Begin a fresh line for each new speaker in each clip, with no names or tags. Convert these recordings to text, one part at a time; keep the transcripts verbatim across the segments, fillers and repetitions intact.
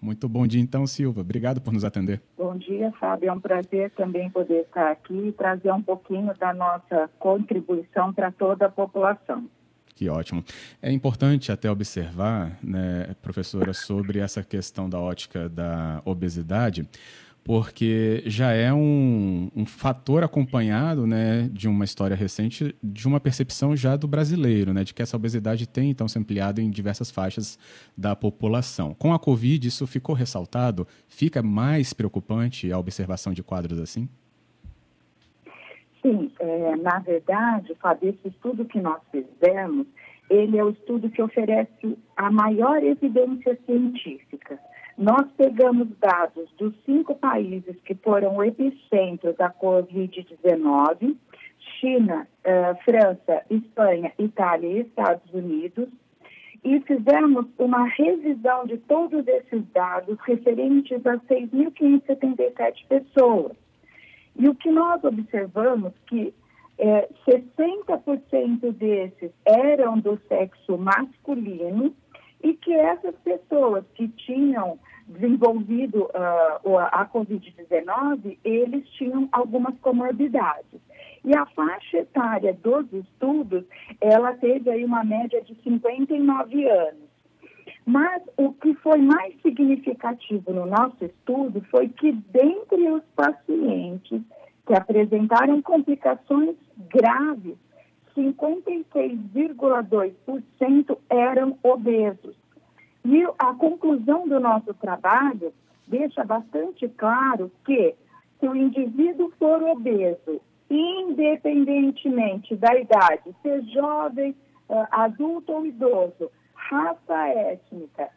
Muito bom dia, então, Silva. Obrigado por nos atender.
Bom dia, Fábio. É um prazer também poder estar aqui e trazer um pouquinho da nossa contribuição para toda a população.
Que ótimo. É importante até observar, né, professora, sobre essa questão da ótica da obesidade, porque já é um, um fator acompanhado, né, de uma história recente, de uma percepção já do brasileiro, né, de que essa obesidade tem, então, se ampliado em diversas faixas da população. Com a Covid, isso ficou ressaltado? Fica mais preocupante a observação de quadros assim?
Sim, é, na verdade, Fábio, esse estudo que nós fizemos, ele é o estudo que oferece a maior evidência científica. Nós pegamos dados dos cinco países que foram o epicentro da covid dezenove, China, uh, França, Espanha, Itália e Estados Unidos, e fizemos uma revisão de todos esses dados referentes a seis mil quinhentas e setenta e sete pessoas. E o que nós observamos que é, sessenta por cento desses eram do sexo masculino e que essas pessoas que tinham desenvolvido uh, a covid dezenove, eles tinham algumas comorbidades. E a faixa etária dos estudos, ela teve aí uma média de cinquenta e nove anos. Mas o que foi mais significativo no nosso estudo foi que dentre os pacientes que apresentaram complicações graves, cinquenta e seis vírgula dois por cento eram obesos. E a conclusão do nosso trabalho deixa bastante claro que, se o indivíduo for obeso, independentemente da idade, ser jovem, adulto ou idoso, raça étnica,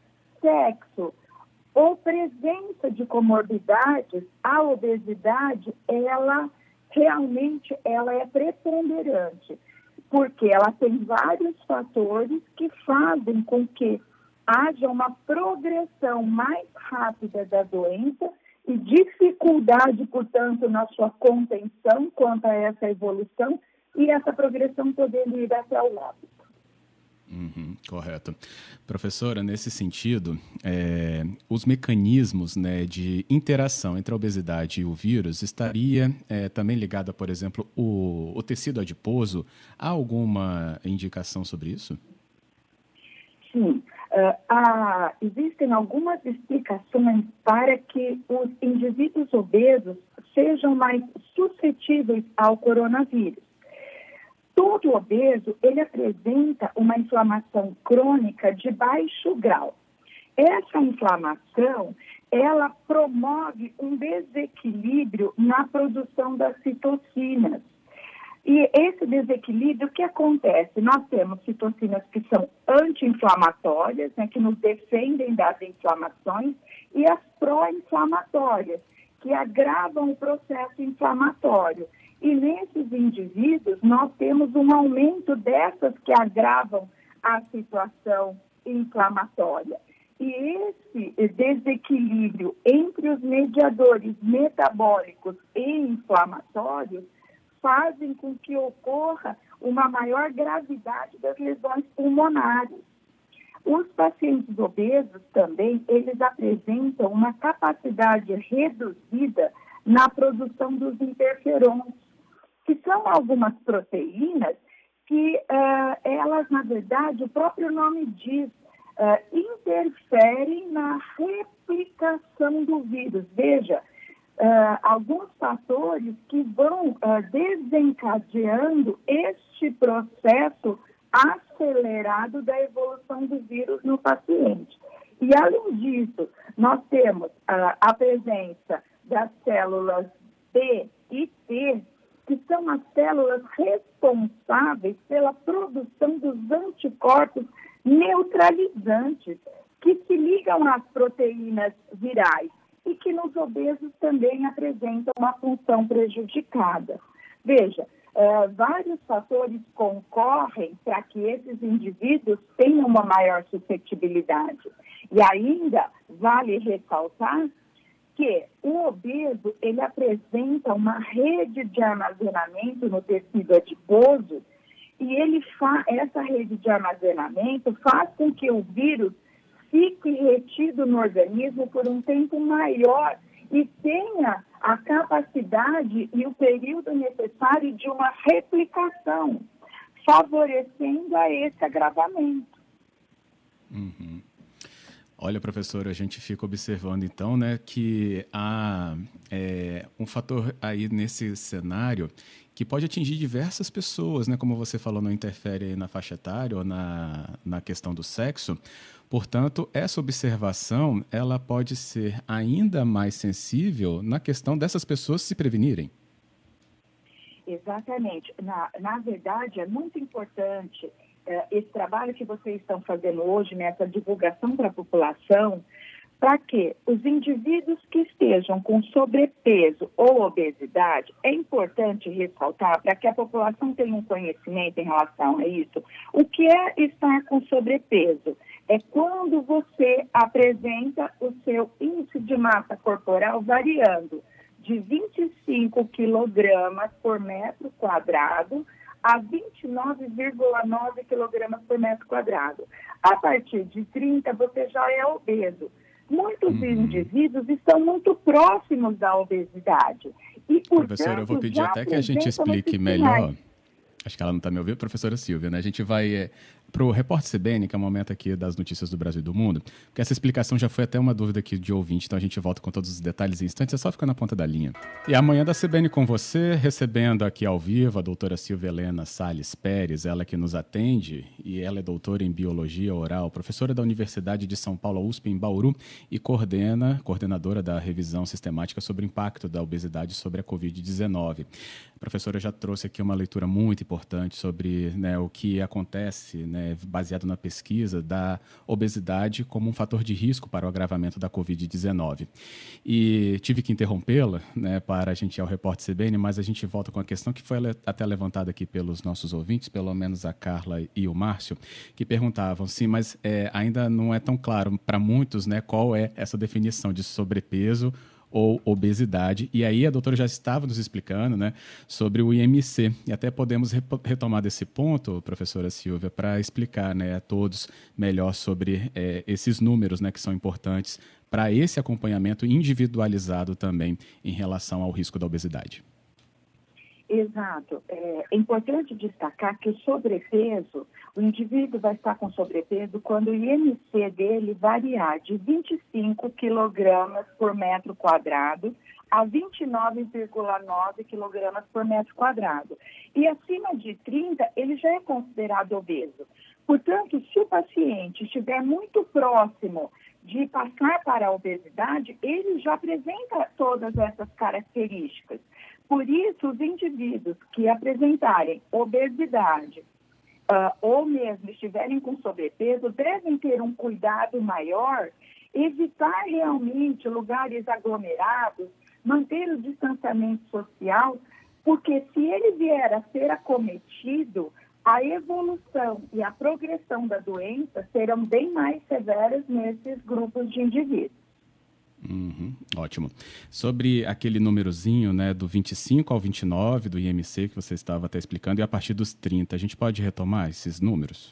sexo ou presença de comorbidades, a obesidade, ela realmente ela é preponderante, porque ela tem vários fatores que fazem com que haja uma progressão mais rápida da doença e dificuldade, portanto, na sua contenção quanto a essa evolução e essa progressão podendo ir até o óbito.
Uhum, correto. Professora, nesse sentido, é, os mecanismos, né, de interação entre a obesidade e o vírus estaria é, também ligado a, por exemplo, o, o tecido adiposo? Há alguma indicação sobre isso?
Sim. Uh, há, existem algumas explicações para que os indivíduos obesos sejam mais suscetíveis ao coronavírus. Todo obeso, ele apresenta uma inflamação crônica de baixo grau. Essa inflamação, ela promove um desequilíbrio na produção das citocinas. E esse desequilíbrio, o que acontece? Nós temos citocinas que são anti-inflamatórias, né, que nos defendem das inflamações, e as pró-inflamatórias, que agravam o processo inflamatório. E nesses indivíduos, nós temos um aumento dessas que agravam a situação inflamatória. E esse desequilíbrio entre os mediadores metabólicos e inflamatórios fazem com que ocorra uma maior gravidade das lesões pulmonares. Os pacientes obesos também, eles apresentam uma capacidade reduzida na produção dos interferons, que são algumas proteínas que uh, elas, na verdade, o próprio nome diz, uh, interferem na replicação do vírus. Veja, uh, alguns fatores que vão uh, desencadeando este processo acelerado da evolução do vírus no paciente. E, além disso, nós temos uh, a presença das células B e T, que são as células responsáveis pela produção dos anticorpos neutralizantes, que se ligam às proteínas virais e que nos obesos também apresentam uma função prejudicada. Veja, uh, vários fatores concorrem para que esses indivíduos tenham uma maior suscetibilidade. E ainda vale ressaltar que o obeso, ele apresenta uma rede de armazenamento no tecido adiposo e ele fa- essa rede de armazenamento faz com que o vírus fique retido no organismo por um tempo maior e tenha a capacidade e o período necessário de uma replicação, favorecendo a esse agravamento.
Uhum. Olha, professora, a gente fica observando, então, né, que há é, um fator aí nesse cenário que pode atingir diversas pessoas, né, como você falou, não interfere na faixa etária ou na, na questão do sexo. Portanto, essa observação, ela pode ser ainda mais sensível na questão dessas pessoas se prevenirem.
Exatamente. Na, na verdade, é muito importante esse trabalho que vocês estão fazendo hoje, nessa divulgação para a população, para que os indivíduos que estejam com sobrepeso ou obesidade, é importante ressaltar, para que a população tenha um conhecimento em relação a isso, o que é estar com sobrepeso? É quando você apresenta o seu índice de massa corporal variando de vinte e cinco quilogramas por metro quadrado a vinte e nove vírgula nove quilogramas por metro quadrado. A partir de trinta, você já é obeso. Muitos uhum. indivíduos estão muito próximos da obesidade. E, portanto,
professora, eu vou pedir até que a gente explique melhor. Acho que ela não está me ouvindo, professora Silvia, né? A gente vai é, para o Repórter C B N, que é o momento aqui das notícias do Brasil e do mundo, porque essa explicação já foi até uma dúvida aqui de ouvinte, então a gente volta com todos os detalhes em instantes, é só ficar na ponta da linha. E amanhã da C B N com você, recebendo aqui ao vivo a doutora Silvia Helena Salles Pérez, ela que nos atende, e ela é doutora em Biologia Oral, professora da Universidade de São Paulo, U S P, em Bauru, e coordena, coordenadora da revisão sistemática sobre o impacto da obesidade sobre a covid dezenove. A professora já trouxe aqui uma leitura muito importante sobre, né, o que acontece, né, baseado na pesquisa da obesidade como um fator de risco para o agravamento da covid dezenove. E tive que interrompê-la, né, para a gente ir ao Repórter C B N, mas a gente volta com a questão que foi até levantada aqui pelos nossos ouvintes, pelo menos a Carla e o Márcio, que perguntavam, sim, mas é, ainda não é tão claro para muitos, né, qual é essa definição de sobrepeso ou obesidade, e aí a doutora já estava nos explicando, né, sobre o I M C, e até podemos retomar desse ponto, professora Silvia, para explicar, né, a todos melhor sobre é, esses números, né, que são importantes para esse acompanhamento individualizado também em relação ao risco da obesidade.
Exato. É importante destacar que o sobrepeso, o indivíduo vai estar com sobrepeso quando o I M C dele variar de vinte e cinco quilogramas por metro quadrado a vinte e nove vírgula nove quilogramas por metro quadrado. E acima de trinta, ele já é considerado obeso. Portanto, se o paciente estiver muito próximo de passar para a obesidade, ele já apresenta todas essas características. Por isso, os indivíduos que apresentarem obesidade uh, ou mesmo estiverem com sobrepeso devem ter um cuidado maior, evitar realmente lugares aglomerados, manter o distanciamento social, porque se ele vier a ser acometido, a evolução e a progressão da doença serão bem mais severas nesses grupos de indivíduos.
Uhum, ótimo. Sobre aquele númerozinho, né, do vinte e cinco ao vinte e nove do I M C que você estava até explicando, e a partir dos trinta, a gente pode retomar esses números?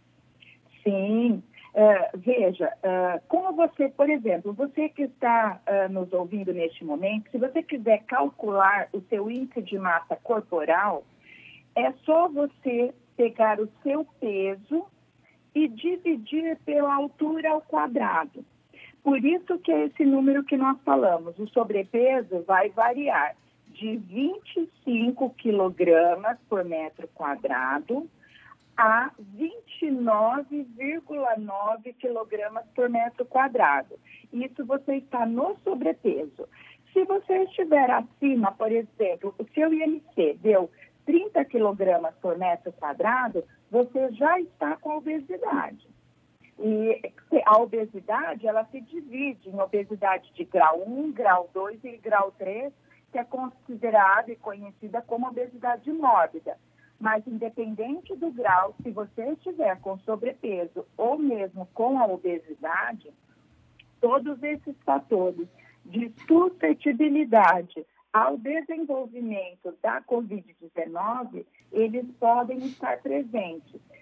Sim. Uh, veja, uh, como você, por exemplo, você que está uh, nos ouvindo neste momento, se você quiser calcular o seu índice de massa corporal, é só você pegar o seu peso e dividir pela altura ao quadrado. Por isso que é esse número que nós falamos. O sobrepeso vai variar de vinte e cinco quilogramas por metro quadrado a vinte e nove vírgula nove quilogramas por metro quadrado. Isso você está no sobrepeso. Se você estiver acima, por exemplo, o seu I M C deu trinta quilogramas por metro quadrado, você já está com obesidade. E a obesidade, ela se divide em obesidade de grau um, grau dois e grau três, que é considerada e conhecida como obesidade mórbida. Mas, independente do grau, se você estiver com sobrepeso ou mesmo com a obesidade, todos esses fatores de suscetibilidade ao desenvolvimento da covid dezenove, eles podem estar presentes.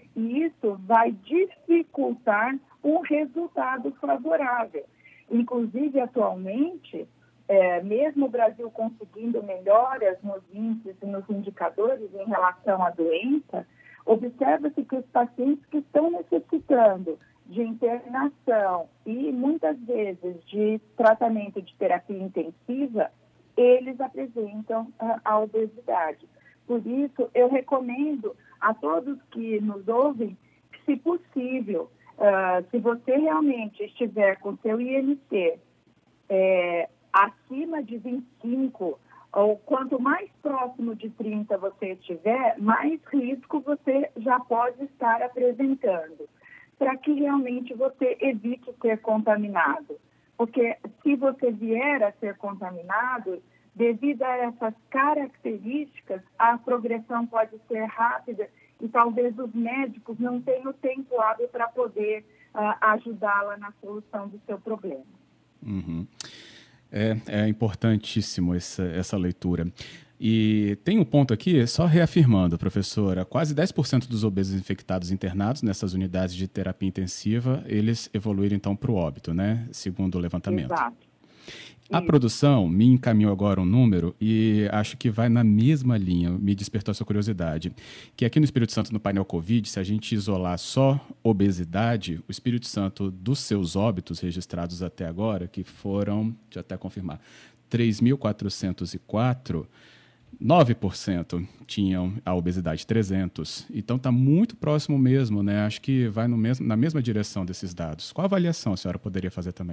E isso vai dificultar um resultado favorável. Inclusive, atualmente, é, mesmo o Brasil conseguindo melhoras nos índices e nos indicadores em relação à doença, observa-se que os pacientes que estão necessitando de internação e, muitas vezes, de tratamento de terapia intensiva, eles apresentam uh, a obesidade. Por isso, eu recomendo a todos que nos ouvem que, se possível, uh, se você realmente estiver com seu I M C é, acima de vinte e cinco, ou quanto mais próximo de trinta você estiver, mais risco você já pode estar apresentando, para que realmente você evite ser contaminado. Porque se você vier a ser contaminado, devido a essas características, a progressão pode ser rápida e talvez os médicos não tenham tempo hábil para poder uh, ajudá-la na solução do seu problema.
Uhum. É, é importantíssimo essa, essa leitura. E tem um ponto aqui, só reafirmando, professora, quase dez por cento dos obesos infectados internados nessas unidades de terapia intensiva, eles evoluíram então para o óbito, né? Segundo o levantamento.
Exato.
A Isso. Produção me encaminhou agora um número e acho que vai na mesma linha, me despertou essa curiosidade, que aqui no Espírito Santo, no painel Covid, se a gente isolar só obesidade, o Espírito Santo, dos seus óbitos registrados até agora, que foram, deixa eu até confirmar, três mil quatrocentos e quatro, nove por cento tinham a obesidade trezentos. Então está muito próximo mesmo, né? Acho que vai no mesmo, na mesma direção desses dados. Qual avaliação a senhora poderia fazer também?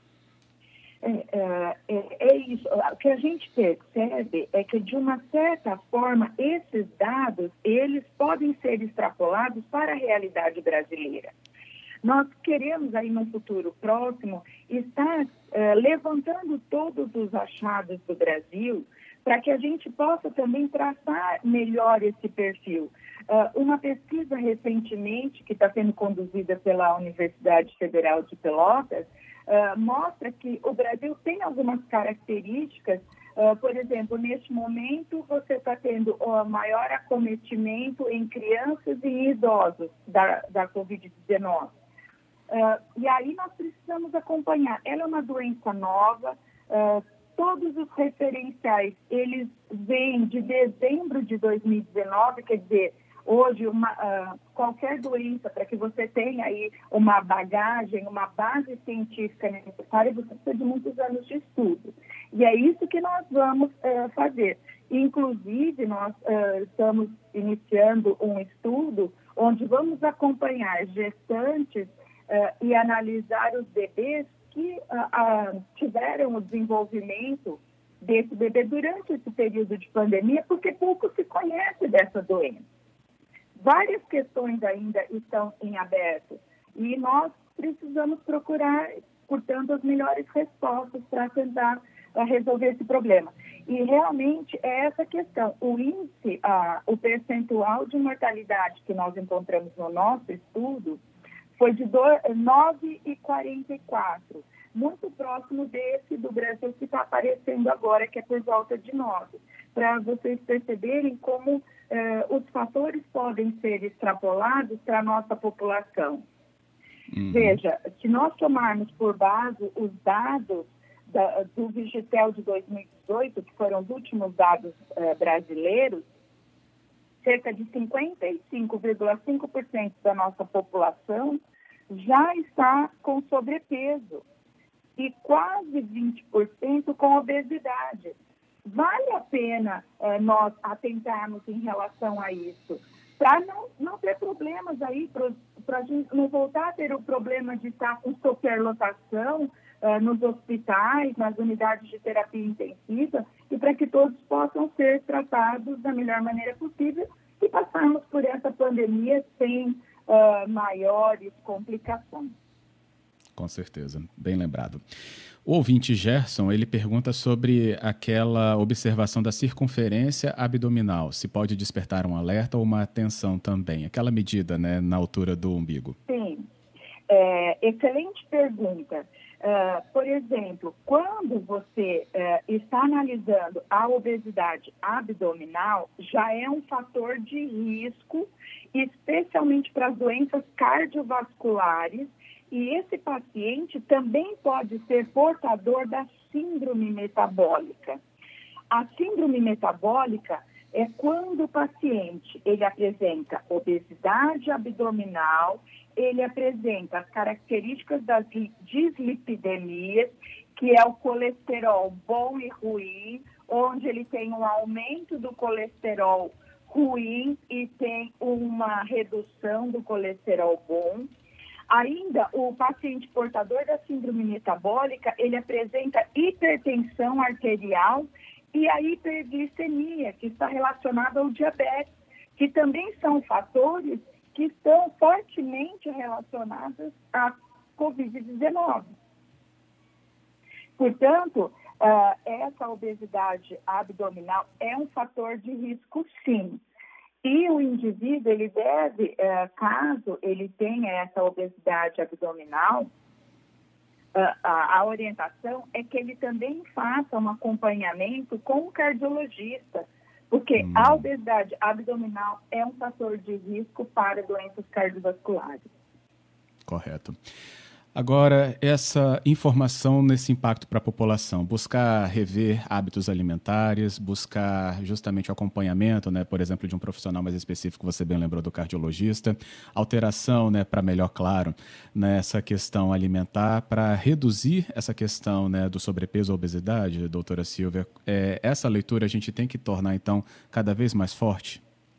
É, é, é isso. O que a gente percebe é que, de uma certa forma, esses dados, eles podem ser extrapolados para a realidade brasileira. Nós queremos, aí, no futuro próximo, estar é, levantando todos os achados do Brasil para que a gente possa também traçar melhor esse perfil. Uh, uma pesquisa recentemente, que está sendo conduzida pela Universidade Federal de Pelotas, Uh, mostra que o Brasil tem algumas características. Uh, por exemplo, neste momento, você está tendo o maior acometimento em crianças e em idosos da, da covid dezenove. Uh, e aí nós precisamos acompanhar. Ela é uma doença nova, uh, todos os referenciais, eles vêm de dezembro de dois mil e dezenove, quer dizer, hoje, uma, uh, qualquer doença, para que você tenha aí uma bagagem, uma base científica necessária, você precisa de muitos anos de estudo. E é isso que nós vamos uh, fazer. Inclusive, nós uh, estamos iniciando um estudo onde vamos acompanhar gestantes uh, e analisar os bebês que uh, uh, tiveram o desenvolvimento desse bebê durante esse período de pandemia, porque pouco se conhece dessa doença. Várias questões ainda estão em aberto e nós precisamos procurar, portanto, as melhores respostas para tentar uh, resolver esse problema. E realmente é essa questão. O índice, uh, o percentual de mortalidade que nós encontramos no nosso estudo foi de nove vírgula quarenta e quatro, muito próximo desse do Brasil que está aparecendo agora, que é por volta de nove, para vocês perceberem como eh, os fatores podem ser extrapolados para a nossa população. Uhum. Veja, se nós tomarmos por base os dados da, do Vigitel de dois mil e dezoito, que foram os últimos dados eh, brasileiros, cerca de cinquenta e cinco vírgula cinco por cento da nossa população já está com sobrepeso e quase vinte por cento com obesidade. Vale a pena eh, nós atentarmos em relação a isso, para não, não ter problemas aí, para a gente não voltar a ter o problema de estar com superlotação eh, nos hospitais, nas unidades de terapia intensiva, e para que todos possam ser tratados da melhor maneira possível e passarmos por essa pandemia sem uh, maiores complicações.
Com certeza, bem lembrado. O ouvinte Gerson, ele pergunta sobre aquela observação da circunferência abdominal, se pode despertar um alerta ou uma atenção também, aquela medida, né, na altura do umbigo.
Sim, é, excelente pergunta. Uh, por exemplo, quando você uh, está analisando a obesidade abdominal, já é um fator de risco, especialmente para as doenças cardiovasculares, e esse paciente também pode ser portador da síndrome metabólica. A síndrome metabólica é quando o paciente ele apresenta obesidade abdominal, ele apresenta as características das dislipidemias, que é o colesterol bom e ruim, onde ele tem um aumento do colesterol ruim e tem uma redução do colesterol bom. Ainda, o paciente portador da síndrome metabólica, ele apresenta hipertensão arterial e a hiperglicemia, que está relacionada ao diabetes, que também são fatores que estão fortemente relacionados à covid dezenove. Portanto, uh, essa obesidade abdominal é um fator de risco, sim. E o indivíduo, ele deve, uh, caso ele tenha essa obesidade abdominal, uh, a, a orientação é que ele também faça um acompanhamento com o cardiologista, porque hum. a obesidade abdominal é um fator de risco para doenças cardiovasculares.
Correto. Agora, essa informação nesse impacto para a população, buscar rever hábitos alimentares, buscar justamente o acompanhamento, né, por exemplo, de um profissional mais específico, você bem lembrou do cardiologista, alteração, né, para melhor, claro, nessa questão alimentar, para reduzir essa questão, né, do sobrepeso ou obesidade, doutora Silvia, é, essa leitura a gente tem que tornar, então, cada vez mais forte?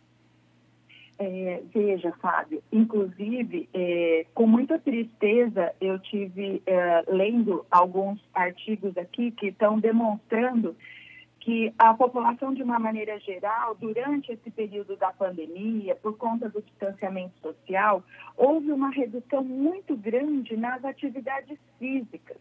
É, veja, Fábio, inclusive, é, com muita tristeza, eu tive é, lendo alguns artigos aqui que estão demonstrando que a população, de uma maneira geral, durante esse período da pandemia, por conta do distanciamento social, houve uma redução muito grande nas atividades físicas.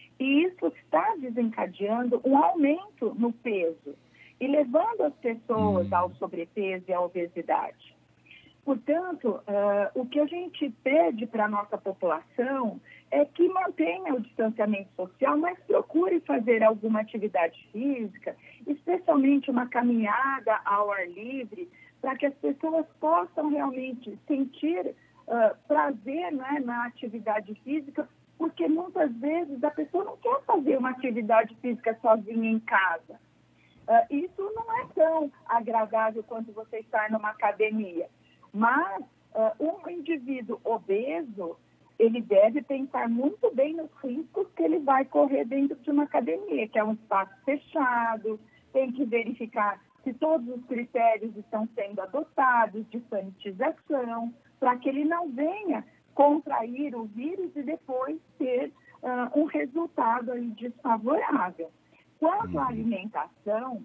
E isso está desencadeando um aumento no peso e levando as pessoas ao sobrepeso e à obesidade. Portanto, uh, o que a gente pede para a nossa população é que mantenha o distanciamento social, mas procure fazer alguma atividade física, especialmente uma caminhada ao ar livre, para que as pessoas possam realmente sentir uh, prazer, né, na atividade física, porque muitas vezes a pessoa não quer fazer uma atividade física sozinha em casa. Uh, isso não é tão agradável quanto você estar numa academia. Mas uh, um indivíduo obeso, ele deve pensar muito bem nos riscos que ele vai correr dentro de uma academia, que é um espaço fechado, tem que verificar se todos os critérios estão sendo adotados de sanitização, para que ele não venha contrair o vírus e depois ter uh, um resultado aí desfavorável. Quanto à alimentação,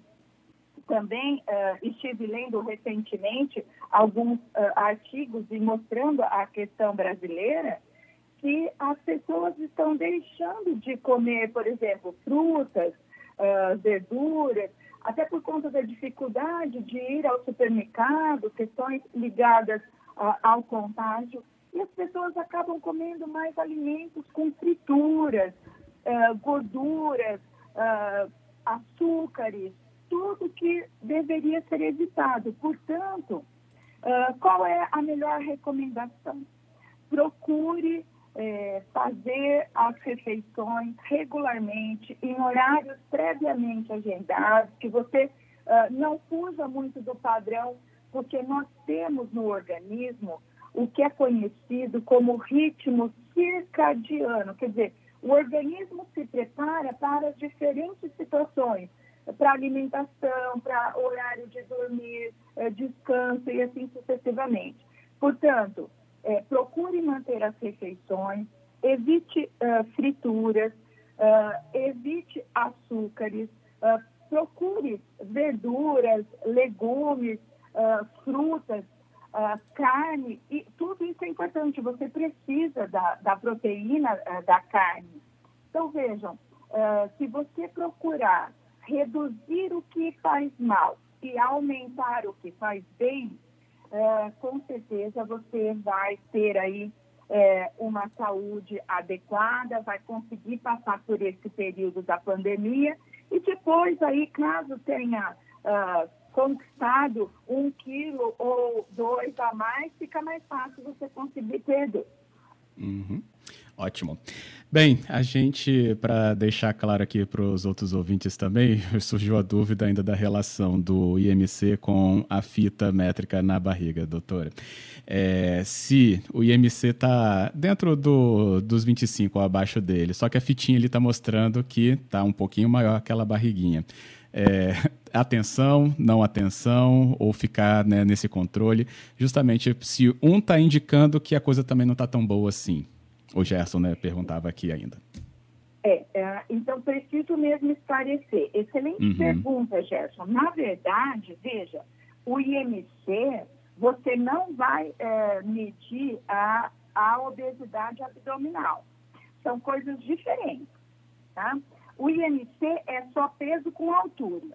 também uh, estive lendo recentemente alguns uh, artigos e mostrando a questão brasileira que as pessoas estão deixando de comer, por exemplo, frutas, uh, verduras, até por conta da dificuldade de ir ao supermercado, questões ligadas uh, ao contágio, e as pessoas acabam comendo mais alimentos com frituras, uh, gorduras, uh, açúcares, tudo que deveria ser evitado. Portanto, uh, qual é a melhor recomendação? Procure eh, fazer as refeições regularmente, em horários previamente agendados, que você uh, não fuja muito do padrão, porque nós temos no organismo o que é conhecido como ritmo circadiano, quer dizer, o organismo se prepara para diferentes situações, para alimentação, para horário de dormir, eh, descanso e assim sucessivamente. Portanto, eh, procure manter as refeições, evite uh, frituras, uh, evite açúcares, uh, procure verduras, legumes, uh, frutas, uh, carne, e tudo isso é importante, você precisa da, da proteína uh, da carne. Então, vejam, uh, se você procurar reduzir o que faz mal e aumentar o que faz bem, uh, com certeza você vai ter aí é, uma saúde adequada, vai conseguir passar por esse período da pandemia e depois aí, caso tenha uh, conquistado um quilo ou dois a mais, fica mais fácil você conseguir perder.
Uhum. Ótimo. Bem, a gente, para deixar claro aqui para os outros ouvintes também, surgiu a dúvida ainda da relação do I M C com a fita métrica na barriga, doutora. É, se o I M C está dentro do, dos vinte e cinco ou abaixo dele, só que a fitinha está mostrando que está um pouquinho maior aquela barriguinha. É, atenção, não atenção, ou ficar, né, nesse controle, justamente se um está indicando que a coisa também não está tão boa assim. O Gerson, né, perguntava aqui ainda.
É, é, então preciso mesmo esclarecer. Excelente uhum. pergunta, Gerson. Na verdade, veja, o I M C, você não vai é, medir a, a obesidade abdominal. São coisas diferentes, tá? O I M C é só peso com altura.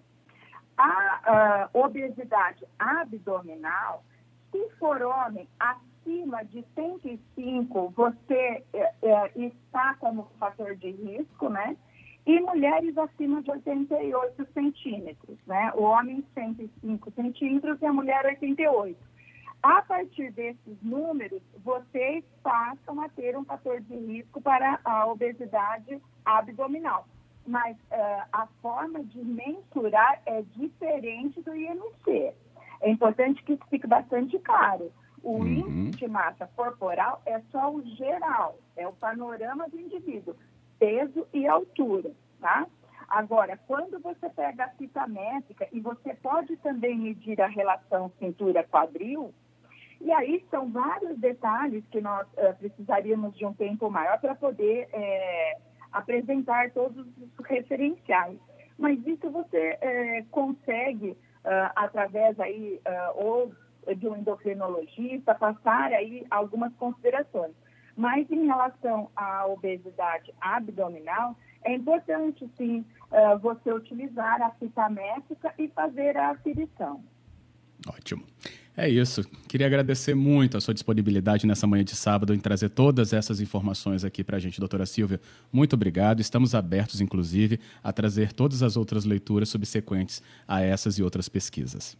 A, a obesidade abdominal, se for homem, acima de cento e cinco, você é, é, está como fator de risco, né? E mulheres acima de oitenta e oito centímetros, né? O homem cento e cinco centímetros e a mulher oitenta e oito. A partir desses números, vocês passam a ter um fator de risco para a obesidade abdominal. Mas uh, a forma de mensurar é diferente do I M C. É importante que isso fique bastante claro. O uhum. índice de massa corporal é só o geral, é o panorama do indivíduo, peso e altura, tá? Agora, quando você pega a fita métrica, e você pode também medir a relação cintura-quadril, e aí são vários detalhes que nós uh, precisaríamos de um tempo maior para poder é, apresentar todos os referenciais. Mas isso você é, consegue, uh, através aí, uh, ou de um endocrinologista, passar aí algumas considerações. Mas em relação à obesidade abdominal, é importante, sim, uh, você utilizar a fita métrica e fazer a aferição.
Ótimo. É isso. Queria agradecer muito a sua disponibilidade nessa manhã de sábado em trazer todas essas informações aqui para a gente, doutora Silvia. Muito obrigado. Estamos abertos, inclusive, a trazer todas as outras leituras subsequentes a essas e outras pesquisas.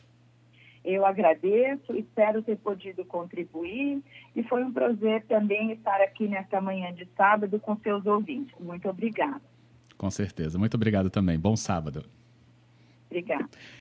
Eu agradeço, espero ter podido contribuir e foi um prazer também estar aqui nesta manhã de sábado com seus ouvintes. Muito obrigada.
Com certeza. Muito obrigado também. Bom sábado.
Obrigada.